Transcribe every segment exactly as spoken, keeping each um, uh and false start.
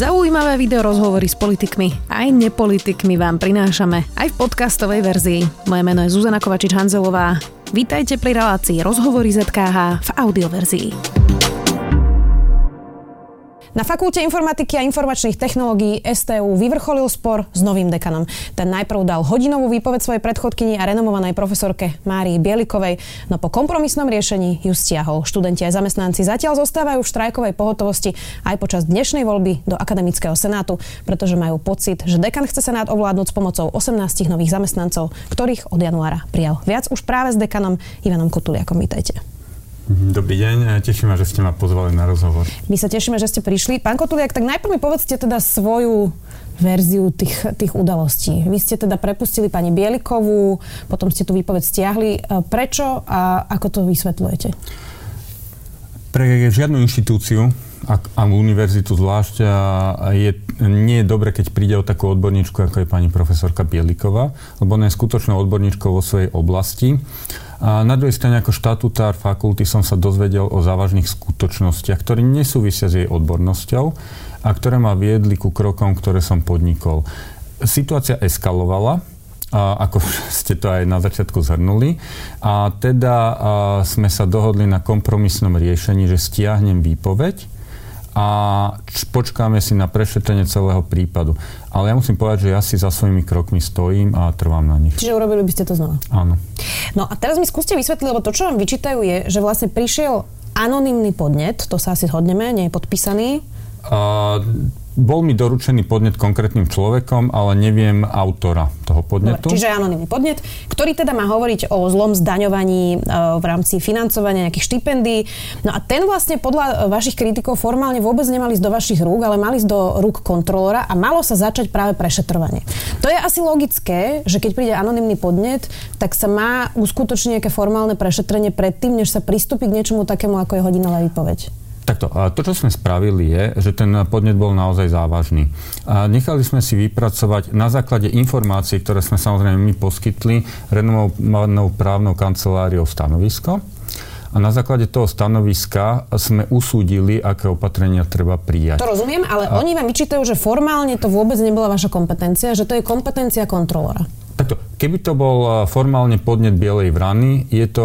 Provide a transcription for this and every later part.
Zaujímavé video rozhovory s politikmi aj nepolitikmi vám prinášame aj v podcastovej verzii. Moje meno je Zuzana Kovačič-Hanzelová. Vítajte pri relácii Rozhovory zet ká há v audioverzii. Na Fakulte informatiky a informačných technológií es té ú vyvrcholil spor s novým dekanom. Ten najprv dal hodinovú výpoveď svojej predchodkyni a renomovanej profesorke Márii Bielikovej, no po kompromisnom riešení ju stiahol. Študenti aj zamestnanci zatiaľ zostávajú v štrajkovej pohotovosti aj počas dnešnej voľby do akademického senátu, pretože majú pocit, že dekan chce senát ovládnuť s pomocou osemnástich nových zamestnancov, ktorých od januára prijal. Viac už práve s dekanom Ivanom Kutuliakom. Vítajte. Dobrý deň, teším ma, že ste ma pozvali na rozhovor. My sa tešíme, že ste prišli. Pán Kutuliak, tak najprv mi povedzte teda svoju verziu tých, tých udalostí. Vy ste teda prepustili pani Bielikovú, potom ste tú výpoveď stiahli. Prečo a ako to vysvetľujete? Pre žiadnu inštitúciu a, a univerzitu zvlášť je, nie je dobre, keď príde o takú odborníčku, ako je pani profesorka Bieliková, lebo ona je skutočnou odborníčkou vo svojej oblasti. A na druhej strane ako štatutár fakulty som sa dozvedel o závažných skutočnostiach, ktoré nesúvisia s jej odbornosťou a ktoré ma viedli ku krokom, ktoré som podnikol. Situácia eskalovala, a ako ste to aj na začiatku zhrnuli, a teda a sme sa dohodli na kompromisnom riešení, že stiahnem výpoveď a počkáme si na prešetrenie celého prípadu. Ale ja musím povedať, že ja si za svojimi krokmi stojím a trvám na nich. Čiže urobili by ste to znova? Áno. No a teraz mi skúste vysvetliť, lebo to, čo vám vyčítajú, je, že vlastne prišiel anonymný podnet, to sa asi zhodneme, nie je podpísaný. Uh, bol mi doručený podnet konkrétnym človekom, ale neviem autora toho podnetu. Dobre, čiže anonymný podnet, ktorý teda má hovoriť o zlom zdaňovaní uh, v rámci financovania nejakých štipendií. No a ten vlastne podľa vašich kritikov formálne vôbec nemali ísť do vašich rúk, ale mali ísť do rúk kontrolóra a malo sa začať práve prešetrovanie. To je asi logické, že keď príde anonymný podnet, tak sa má uskutočniť nejaké formálne prešetrenie predtým, než sa pristúpi k niečomu takému, ako je hodinová výpoveď. Takto, to, čo sme spravili, je, že ten podnet bol naozaj závažný. A nechali sme si vypracovať na základe informácií, ktoré sme samozrejme my poskytli renomovanou právnou kanceláriou stanovisko. A na základe toho stanoviska sme usúdili, aké opatrenia treba prijať. To rozumiem, ale a... oni vám vyčítajú, že formálne to vôbec nebola vaša kompetencia, že to je kompetencia kontrolóra. Takto, keby to bol formálne podnet bielej vrany, je to,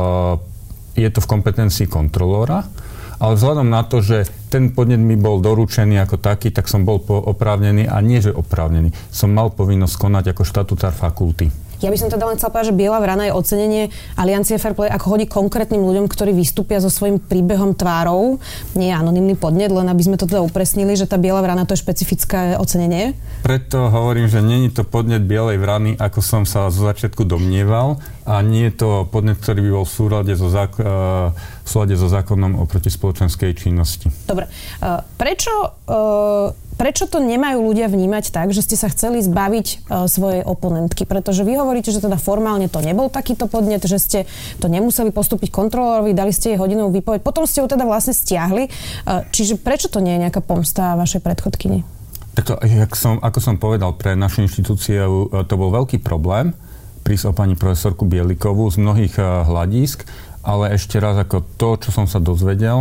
uh, je to v kompetencii kontrolóra. Ale vzhľadom na to, že ten podnet mi bol doručený ako taký, tak som bol oprávnený a nie, že oprávnený. Som mal povinnosť konať ako štatutár fakulty. Ja by som teda len chcel povedať, že biela vrana je ocenenie Aliancie Fair Play, ako hodí konkrétnym ľuďom, ktorí vystúpia so svojím príbehom tvárou. Nie je anonymný podnet, len aby sme to teda upresnili, že tá biela vrana to je špecifické ocenenie. Preto hovorím, že nie je to podnet bielej vrany, ako som sa zo začiatku domnieval, a nie je to podnet, ktorý by bol v súlade so, zák- v súlade so zákonom o protispoločenskej činnosti. Dobre. Prečo... Uh... Prečo to nemajú ľudia vnímať tak, že ste sa chceli zbaviť uh, svojej oponentky? Pretože vy hovoríte, že teda formálne to nebol takýto podnet, že ste to nemuseli postúpiť kontrolórovi, dali ste jej hodinovú výpoveď, potom ste ho teda vlastne stiahli. Uh, čiže prečo to nie je nejaká pomsta vašej predchodkyni? Tak jak som, ako som povedal, pre našu inštitúciu to bol veľký problém prísť o pani profesorku Bielikovú z mnohých uh, hľadísk, ale ešte raz ako to, čo som sa dozvedel,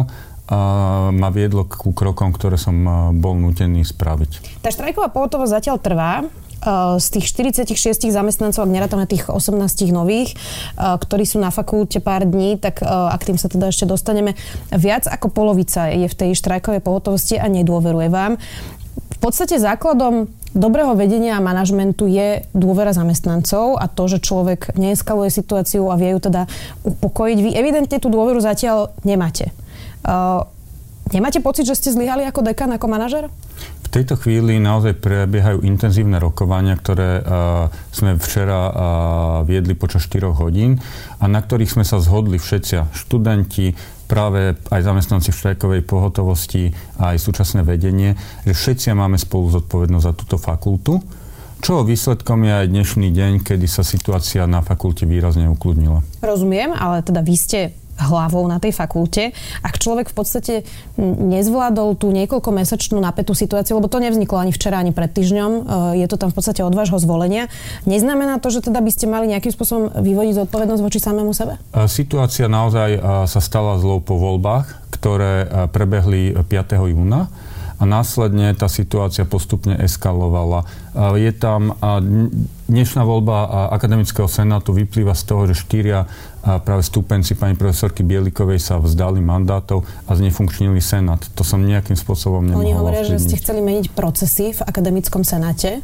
Uh, ma viedlo ku krokom, ktoré som uh, bol nútený spraviť. Tá štrajková pohotovosť zatiaľ trvá. Uh, z tých štyridsaťšesť zamestnancov, ak nerátame tých osemnásť nových, uh, ktorí sú na fakulte pár dní, tak uh, ak tým sa teda ešte dostaneme, viac ako polovica je v tej štrajkovej pohotovosti a nedôveruje vám. V podstate základom dobrého vedenia a manažmentu je dôvera zamestnancov a to, že človek neeskaluje situáciu a vie ju teda upokojiť. Vy evidentne tú dôveru zatiaľ nemáte. Uh, nemáte pocit, že ste zlyhali ako dekan, ako manažer? V tejto chvíli naozaj prebiehajú intenzívne rokovania, ktoré uh, sme včera uh, viedli počas štyroch hodín a na ktorých sme sa zhodli všetci študenti, práve aj zamestnanci v štrajkovej pohotovosti a aj súčasné vedenie, že všetci máme spolu zodpovednosť za túto fakultu, čo výsledkom je aj dnešný deň, kedy sa situácia na fakulte výrazne ukludnila. Rozumiem, ale teda vy ste hlavou na tej fakulte. Ak človek v podstate nezvládol tú niekoľkomesačnú napätú situáciu, lebo to nevzniklo ani včera, ani pred týždňom, je to tam v podstate od vášho zvolenia, neznamená to, že teda by ste mali nejakým spôsobom vyvodiť zodpovednosť voči samému sebe? Situácia naozaj sa stala zlou po voľbách, ktoré prebehli piateho júna. a následne tá situácia postupne eskalovala. Je tam dnešná voľba akademického senátu vyplýva z toho, že štyria práve stúpenci pani profesorky Bielikovej sa vzdali mandátov a znefunkčnili senát. To som nejakým spôsobom nemohla. Oni hovoria, že ste chceli meniť procesy v akademickom senáte?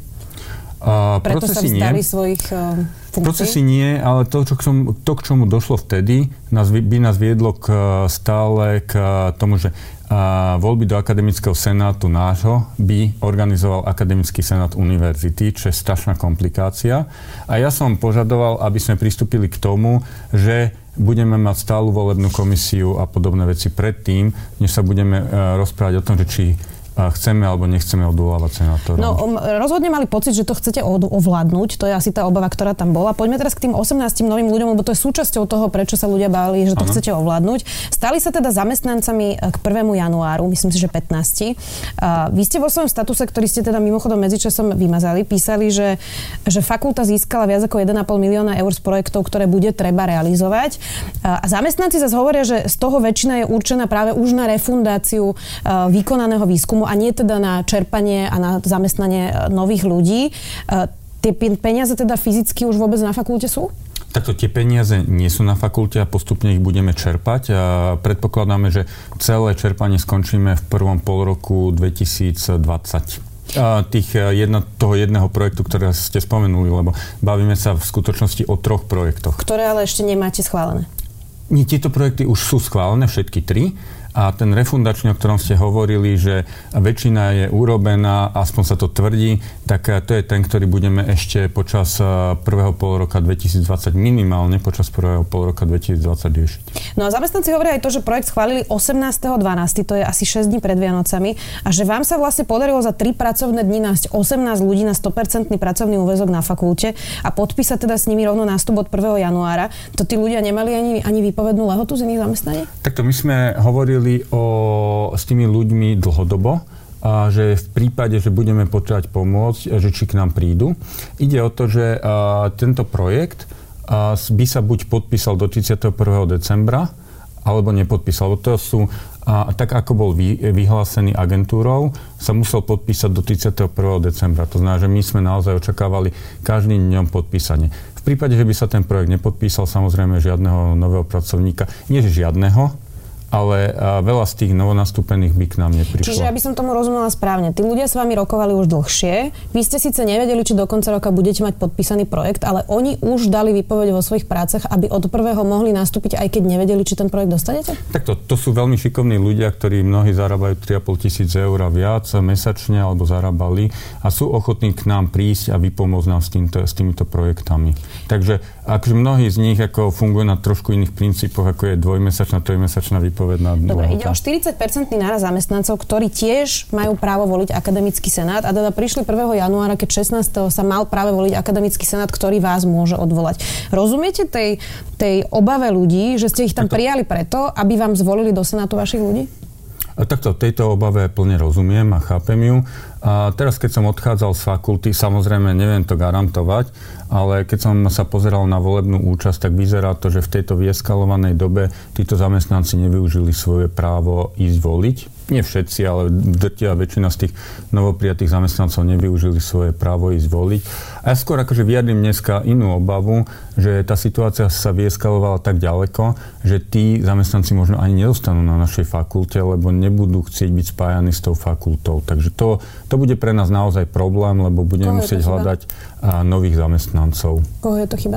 Uh, Preto sa vzdali svojich uh, funkcií? Procesy nie, ale to, čo k čomu, to, k čomu došlo vtedy, nás, by nás viedlo k, stále k tomu, že uh, voľby do akademického senátu nášho by organizoval akademický senát univerzity, čo je strašná komplikácia. A ja som požadoval, aby sme pristúpili k tomu, že budeme mať stálu volebnú komisiu a podobné veci predtým, než sa budeme uh, rozprávať o tom, že či chceme alebo nechceme odvolávať senátorov. No, rozhodne mali pocit, že to chcete ovládnuť. To je asi tá obava, ktorá tam bola. Poďme teraz k tým osemnástim novým ľuďom, lebo to je súčasťou toho, prečo sa ľudia báli, že to ano. Chcete ovládnuť. Stali sa teda zamestnancami k prvému januáru, myslím si, že pätnásti. Vy ste vo svojom statuse, ktorý ste teda mimochodom medzičasom vymazali, písali, že, že fakulta získala viac ako jeden a pol milióna eur z projektov, ktoré bude treba realizovať. A zamestnanci zase hovoria, že z toho väčšina je určená práve už na refundáciu vykonaného výskumu a nie teda na čerpanie a na zamestnanie nových ľudí. Tie peniaze teda fyzicky už vôbec na fakulte sú? Takto tie peniaze nie sú na fakulte a postupne ich budeme čerpať. A predpokladáme, že celé čerpanie skončíme v prvom pol roku dvetisícdvadsať. A tých jedna, toho jedného projektu, ktoré ste spomenuli, lebo bavíme sa v skutočnosti o troch projektoch. Ktoré ale ešte nemáte schválené? Nie, tieto projekty už sú schválené, všetky tri. A ten refundačný, o ktorom ste hovorili, že väčšina je urobená, aspoň sa to tvrdí, tak to je ten, ktorý budeme ešte počas prvého pol roka dvetisícdvadsať, minimálne počas prvého pol roka dvetisícdvadsať riešiť. No a zamestnanci hovoria aj to, že projekt schválili osemnásteho decembra, to je asi šesť dní pred Vianocami, a že vám sa vlastne podarilo za tri pracovné dni nájsť osemnásť ľudí na sto percent pracovný úväzok na fakulte a podpísať teda s nimi rovno nástup od prvého januára. To tí ľudia nemali ani, ani výpovednú lehotu z iných zamestnaní? Takto my sme hovorili O, s tými ľuďmi dlhodobo, a že v prípade, že budeme potrebovať pomôcť, že či k nám prídu. Ide o to, že a, tento projekt a, by sa buď podpísal do tridsiateho prvého decembra, alebo nepodpísal. To sú, a, tak ako bol vy, vyhlásený agentúrou, sa musel podpísať do tridsiateho prvého decembra. To znamená, že my sme naozaj očakávali každým dňom podpísanie. V prípade, že by sa ten projekt nepodpísal, samozrejme žiadneho nového pracovníka, nie žiadneho, ale veľa z tých novonastúpených by k nám neprišlo. Čiže aby som tomu rozumela správne, tí ľudia s vami rokovali už dlhšie, vy ste síce nevedeli, či do konca roka budete mať podpísaný projekt, ale oni už dali výpoveď vo svojich prácach, aby od prvého mohli nastúpiť, aj keď nevedeli, či ten projekt dostanete? Takto, to sú veľmi šikovní ľudia, ktorí mnohí zarábajú tri a pol tisíc eur a viac mesačne, alebo zarábali a sú ochotní k nám prísť a vypomôcť nám s, týmto, s týmito projektami. Takže akože mnohí z nich ako fungujú na trošku iných princípoch, ako je dvojmesačná, trojmesačná výpoveď. Dobre, ide o štyridsať percent náraz zamestnancov, ktorí tiež majú právo voliť akademický senát a teda prišli prvého januára, keď šestnásteho sa mal práve voliť akademický senát, ktorý vás môže odvolať. Rozumiete tej, tej obave ľudí, že ste ich tam Takto. prijali preto, aby vám zvolili do senátu vašich ľudí? A takto tejto obave plne rozumiem a chápem ju. A teraz, keď som odchádzal z fakulty, samozrejme neviem to garantovať, ale keď som sa pozeral na volebnú účasť, tak vyzerá to, že v tejto vyeskalovanej dobe títo zamestnanci nevyužili svoje právo ísť voliť. Nie všetci, ale drtivá väčšina z tých novoprijatých zamestnancov nevyužili svoje právo ísť voliť. A ja skôr akože vyjadrím dneska inú obavu, že tá situácia sa vyeskalovala tak ďaleko, že tí zamestnanci možno ani nedostanú na našej fakulte, lebo nebudú chcieť byť spájani s tou fakultou. Takže to, to bude pre nás naozaj problém, lebo budeme musieť hľadať a, nových zamestnancov. Koho je to chyba?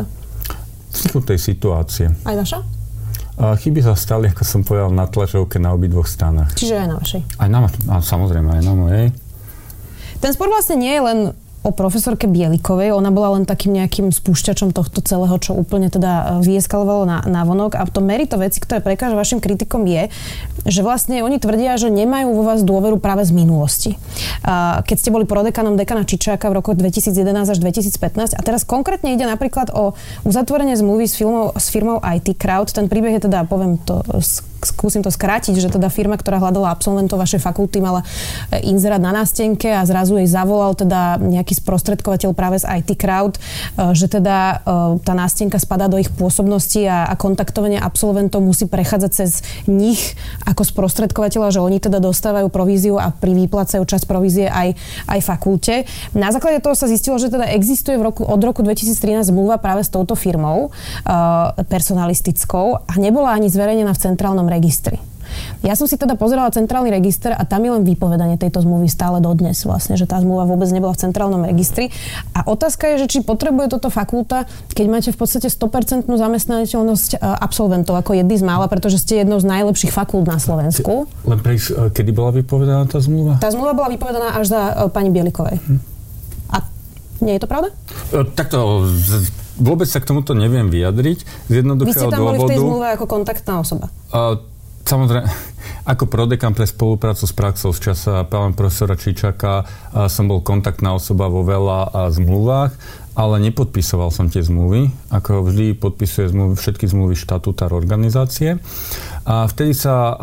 V tej situácie. Aj vaša? Chyby sa stali, ako som povedal, na tlačovke na obidvoch stranách. Čiže aj na vašej? Aj na vašej, samozrejme, aj na mojej. Ten spor vlastne nie je len o profesorke Bielikovej, ona bola len takým nejakým spúšťačom tohto celého, čo úplne teda vyeskalovalo na, na vonok. A to mérito veci, ktoré prekáža vašim kritikom je, že vlastne oni tvrdia, že nemajú vo vás dôveru práve z minulosti. Keď ste boli prodekanom dekana Čičáka v roku dvetisícjedenásť až dvetisícpätnásť a teraz konkrétne ide napríklad o uzatvorenie zmluvy s, filmou, s firmou í té Crowd. Ten príbeh je teda, poviem to skúsim to skrátiť, že teda firma, ktorá hľadala absolventov vašej fakulty, mala inzerát na nástenke a zrazu jej zavolal teda nejaký sprostredkovateľ práve z í té Crowd, že teda tá nástenka spadá do ich pôsobnosti a, a kontaktovanie absolventov musí prechádzať cez nich ako sprostredkovateľa, že oni teda dostávajú províziu a privýplacajú časť provízie aj, aj fakulte. Na základe toho sa zistilo, že teda existuje v roku, od roku dvetisíctrinásť zmluva práve s touto firmou personalistickou a nebola ani zverejnená v centrálnom registri. Ja som si teda pozerala centrálny register a tam je len vypovedanie tejto zmluvy stále dodnes vlastne, že tá zmluva vôbec nebola v centrálnom registri. A otázka je, že či potrebuje toto fakulta, keď máte v podstate sto percent zamestnateľnosť absolventov ako jedný z mála, pretože ste jednou z najlepších fakult na Slovensku. Len pre, kedy bola vypovedaná tá zmluva? Tá zmluva bola vypovedaná až za pani Bielikovej. Hm. A nie je to pravda? Takto vôbec sa k tomuto neviem vyjadriť. Z jednoduchého dôvodu... Vy ste tam boli v tej zmluve ako kontaktná osoba? Uh, Samozrejme, ako prodekan pre spoluprácu s praxou z časa pána profesora Čičaka som bol kontaktná osoba vo veľa zmluvách, ale nepodpisoval som tie zmluvy. Ako vždy podpisuje zmluvy, všetky zmluvy štatutár organizácie. A vtedy sa,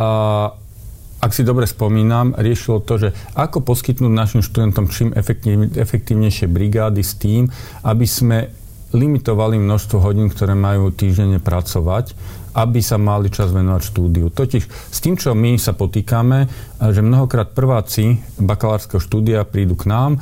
ak si dobre spomínam, riešilo to, že ako poskytnúť našim študentom čím efektívnejšie brigády s tým, aby sme limitovali množstvo hodín, ktoré majú týždenne pracovať, aby sa mali čas venovať štúdiu. Totiž s tým, čo my sa potýkame, že mnohokrát prváci bakalárskeho štúdia prídu k nám,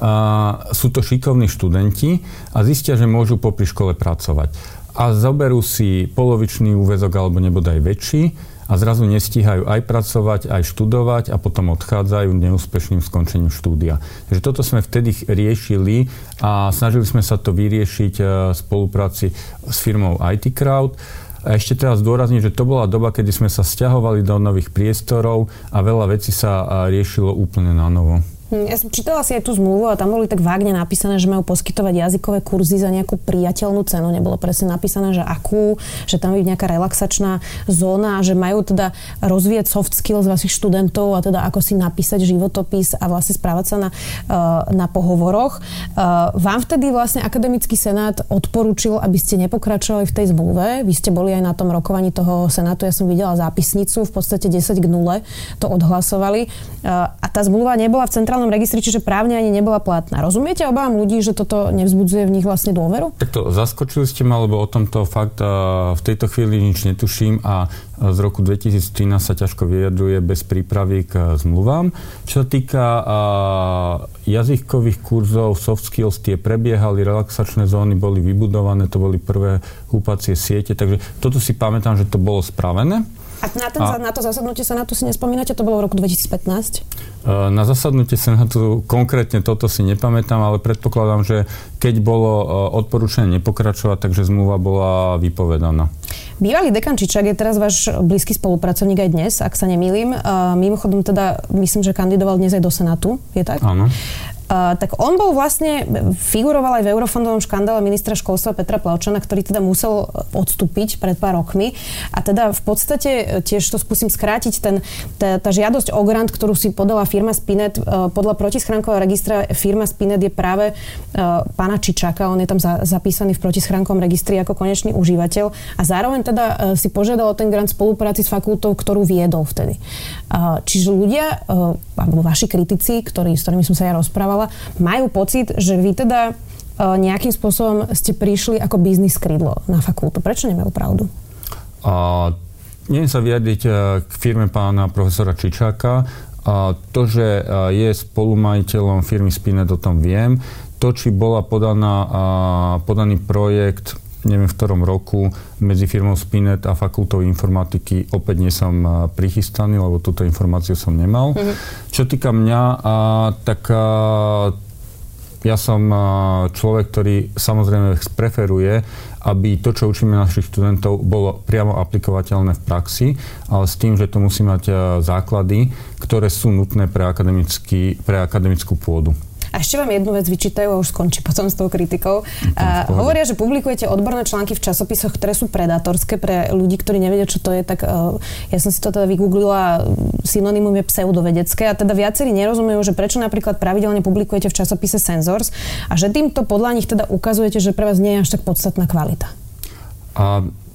a sú to šikovní študenti a zistia, že môžu popri škole pracovať. A zoberú si polovičný úväzok alebo nebodaj väčší a zrazu nestíhajú aj pracovať, aj študovať a potom odchádzajú neúspešným skončením štúdia. Takže toto sme vtedy riešili a snažili sme sa to vyriešiť v spolupráci s firmou í té Crowd. A ešte teraz zdôrazniť, že to bola doba, kedy sme sa sťahovali do nových priestorov a veľa vecí sa riešilo úplne na novo. Ja som čítala si aj tú zmluvu a tam boli tak vágne napísané, že majú poskytovať jazykové kurzy za nejakú priateľnú cenu. Nebolo presne napísané, že akú, že tam je nejaká relaxačná zóna a že majú teda rozvíjať soft skills vašich študentov a teda ako si napísať životopis a vlastne správať sa na, na pohovoroch. Vám vtedy vlastne akademický senát odporúčil, aby ste nepokračovali v tej zmluve. Vy ste boli aj na tom rokovaní toho senátu, ja som videla zápisnicu, v podstate desať k nule to odhlasovali. A tá zmluva nebola v centrálnom registri, čiže právne ani nebola platná. Rozumiete obávam ľudí, že toto nevzbudzuje v nich vlastne dôveru? Takto zaskočili ste ma, lebo o tomto fakt v tejto chvíli nič netuším a z roku dvetisíctrinásť sa ťažko vyjadruje bez prípravy k zmluvám. Čo sa týka jazykových kurzov, soft skills, tie prebiehali, relaxačné zóny boli vybudované, to boli prvé húpacie siete, takže toto si pamätám, že to bolo spravené. A na, ten, a na to zasadnutie senátu si nespomínate? To bolo v roku dvetisícpätnásť? Na zasadnutie senátu konkrétne toto si nepamätám, ale predpokladám, že keď bolo odporúčané nepokračovať, takže zmluva bola vypovedaná. Bývalý dekan Čičák je teraz váš blízky spolupracovník aj dnes, ak sa nemýlim. Mimochodom teda, myslím, že kandidoval dnes aj do senátu, je tak? Áno. Uh, tak on bol vlastne, figuroval aj v eurofondovom škandále ministra školstva Petra Plavčana, ktorý teda musel odstúpiť pred pár rokmi. A teda v podstate, tiež to skúsim skrátiť, ten, tá, tá žiadosť o grant, ktorú si podala firma Spinet, uh, podľa protischránkového registra firma Spinet je práve uh, pána Čičáka, on je tam za, zapísaný v protischránkovom registri ako konečný užívateľ a zároveň teda uh, si požiadal o ten grant v spolupráci s fakultou, ktorú viedol vtedy. Uh, čiže ľudia, uh, alebo vaši kritici, ktorí, s ktorými som sa ja rozprávala, majú pocit, že vy teda nejakým spôsobom ste prišli ako biznis krídlo na fakultu. Prečo nemajú pravdu? A, neviem sa vyjadriť k firme pána profesora Čičáka. A, to, že je spolumajiteľom firmy Spinet, o tom viem. To, či bola podaná, a, podaný projekt, neviem v ktorom roku, medzi firmou Spinet a fakultou informatiky, opäť nie som prichystaný, lebo túto informáciu som nemal. Mm-hmm. Čo týka mňa, a, tak a, ja som a, človek, ktorý samozrejme preferuje, aby to, čo učíme našich študentov, bolo priamo aplikovateľné v praxi, ale s tým, že to musí mať a, základy, ktoré sú nutné pre, pre akademickú pôdu. A ešte vám jednu vec vyčítajú a už skončí potom s tou kritikou. A hovoria, že publikujete odborné články v časopisoch, ktoré sú predátorské pre ľudí, ktorí nevedia, čo to je, tak uh, ja som si to teda vygooglila, synonymum je pseudovedecké a teda viacerí nerozumejú, že prečo napríklad pravidelne publikujete v časopise Sensors a že týmto podľa nich teda ukazujete, že pre vás nie je až tak podstatná kvalita. A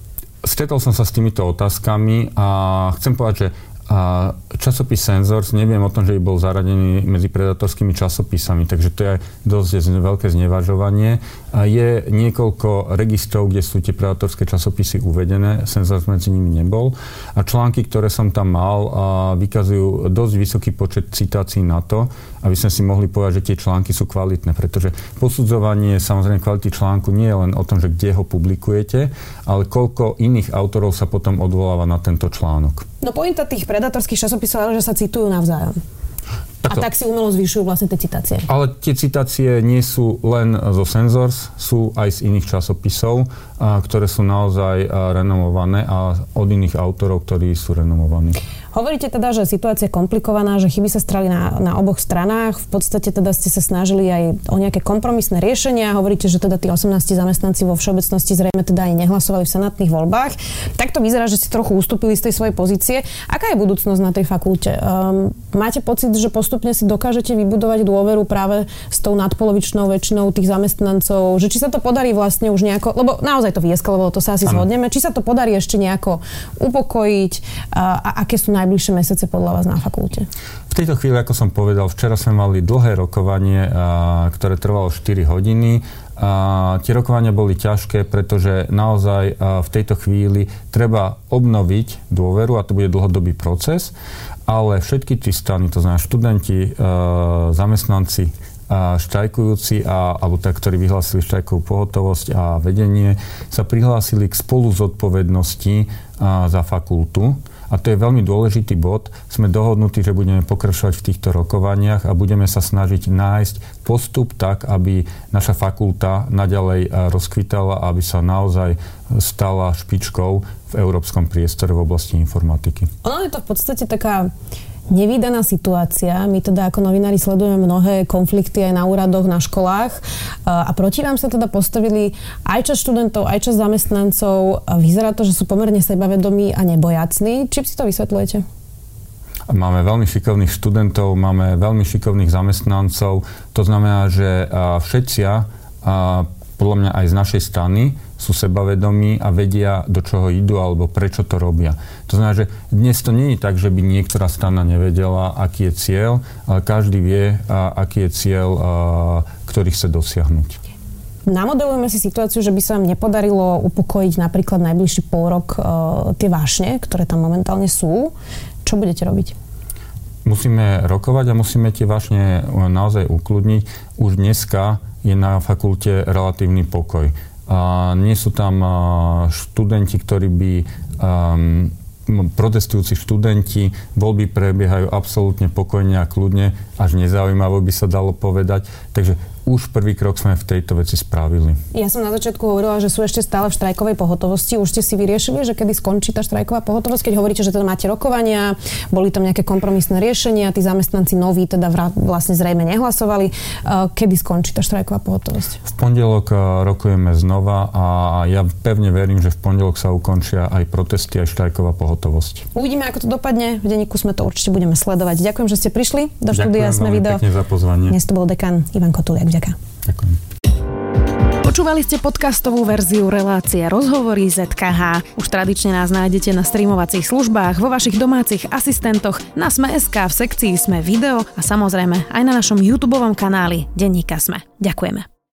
stretol som sa s týmito otázkami a chcem povedať, že a časopis Sensors, neviem o tom, že by bol zaradený medzi predátorskými časopisami, takže to je dosť veľké znevažovanie. A je niekoľko registrov, kde sú tie predátorské časopisy uvedené, Sensors medzi nimi nebol. A články, ktoré som tam mal, vykazujú dosť vysoký počet citácií na to, aby sme si mohli povedať, že tie články sú kvalitné, pretože posudzovanie samozrejme kvality článku nie je len o tom, že kde ho publikujete, ale koľko iných autorov sa potom odvoláva na tento článok. No pointa tých predátorských časopisov je, že sa citujú navzájom. Takto. A tak si umelo zvyšujú vlastne tie citácie. Ale tie citácie nie sú len zo Sensors, sú aj z iných časopisov, a, ktoré sú naozaj a, renomované a od iných autorov, ktorí sú renomovaní. Hovoríte teda, že situácia je komplikovaná, že chyby sa strali na, na oboch stranách. V podstate teda ste sa snažili aj o nejaké kompromisné riešenia. Hovoríte, že teda tí osemnásť zamestnanci vo všeobecnosti zrejme teda ani nehlasovali v senátnych voľbách. Tak to vyzerá, že ste trochu ustúpili z tej svojej pozície. Aká je budúcnosť na tej fakulte? Um, máte pocit, že postupne si dokážete vybudovať dôveru práve s tou nadpolovičnou väčšinou tých zamestnancov? Že či sa to podarí vlastne už nejako, lebo naozaj to vyeskalovalo, to sa asi ano. Zhodneme. Či sa to podarí ešte nejako upokojiť a, a aké sú najbližšie mesiace podľa vás na fakulte? V tejto chvíli, ako som povedal, včera sme mali dlhé rokovanie, a, ktoré trvalo štyri hodiny. A tie rokovania boli ťažké, pretože naozaj a, v tejto chvíli treba obnoviť dôveru a to bude dlhodobý proces, ale všetky tie strany, to znamená študenti, a, zamestnanci, a štrajkujúci, a, alebo tak, ktorí vyhlásili štrajkovú pohotovosť a vedenie, sa prihlásili k spolu zodpovednosti a, za fakultu. A to je veľmi dôležitý bod. Sme dohodnutí, že budeme pokračovať v týchto rokovaniach a budeme sa snažiť nájsť postup tak, aby naša fakulta naďalej rozkvitala a aby sa naozaj stala špičkou v európskom priestore v oblasti informatiky. Ono je to v podstate taká nevídaná situácia. My teda ako novinári sledujeme mnohé konflikty aj na úradoch, na školách a proti vám sa teda postavili aj časť študentov, aj časť zamestnancov. Vyzerá to, že sú pomerne sebavedomí a nebojacní. Čím si to vysvetľujete? Máme veľmi šikovných študentov, máme veľmi šikovných zamestnancov. To znamená, že všetci, podľa mňa aj z našej strany, sú sebavedomí a vedia, do čoho idú alebo prečo to robia. To znamená, že dnes to nie je tak, že by niektorá strana nevedela, aký je cieľ, ale každý vie, aký je cieľ, ktorý chce dosiahnuť. Namodelujeme si situáciu, že by sa vám nepodarilo upokojiť napríklad najbližší pol rok tie vášne, ktoré tam momentálne sú. Čo budete robiť? Musíme rokovať a musíme tie vášne naozaj ukludniť. Už dneska je na fakulte relatívny pokoj. A nie sú tam študenti, ktorí by um, protestujúci študenti, voľby prebiehajú absolútne pokojne a kľudne, až nezaujímavo by sa dalo povedať. Takže už prvý krok sme v tejto veci spravili. Ja som na začiatku hovorila, že sú ešte stále v štrajkovej pohotovosti. Už ste si vyriešili, že kedy skončí tá štrajková pohotovosť? Keď hovoríte, že teda máte rokovania, boli tam nejaké kompromisné riešenia, tí zamestnanci noví teda vlastne zrejme nehlasovali. Kedy skončí tá štrajková pohotovosť? V pondelok rokujeme znova a ja pevne verím, že v pondelok sa ukončia aj protesty, aj štrajková pohotovosť. Uvidíme, ako to dopadne. V denníku Sme to určite budeme sledovať. Ďakujem, že ste prišli do štúdia Sme video. Ďakujem veľmi pekne za pozvanie. Dnes to bol dekan Ivan Kotuliak. Ďakujem. Ďakujem. Počúvali ste podcastovú verziu relácie Rozhovory zet ká há. Už tradične nás nájdete na streamovacích službách, vo vašich domácich asistentoch, na Sme bodka es ká, v sekcii Sme video a samozrejme aj na našom YouTubeovom kanáli Denníka Sme. Ďakujeme.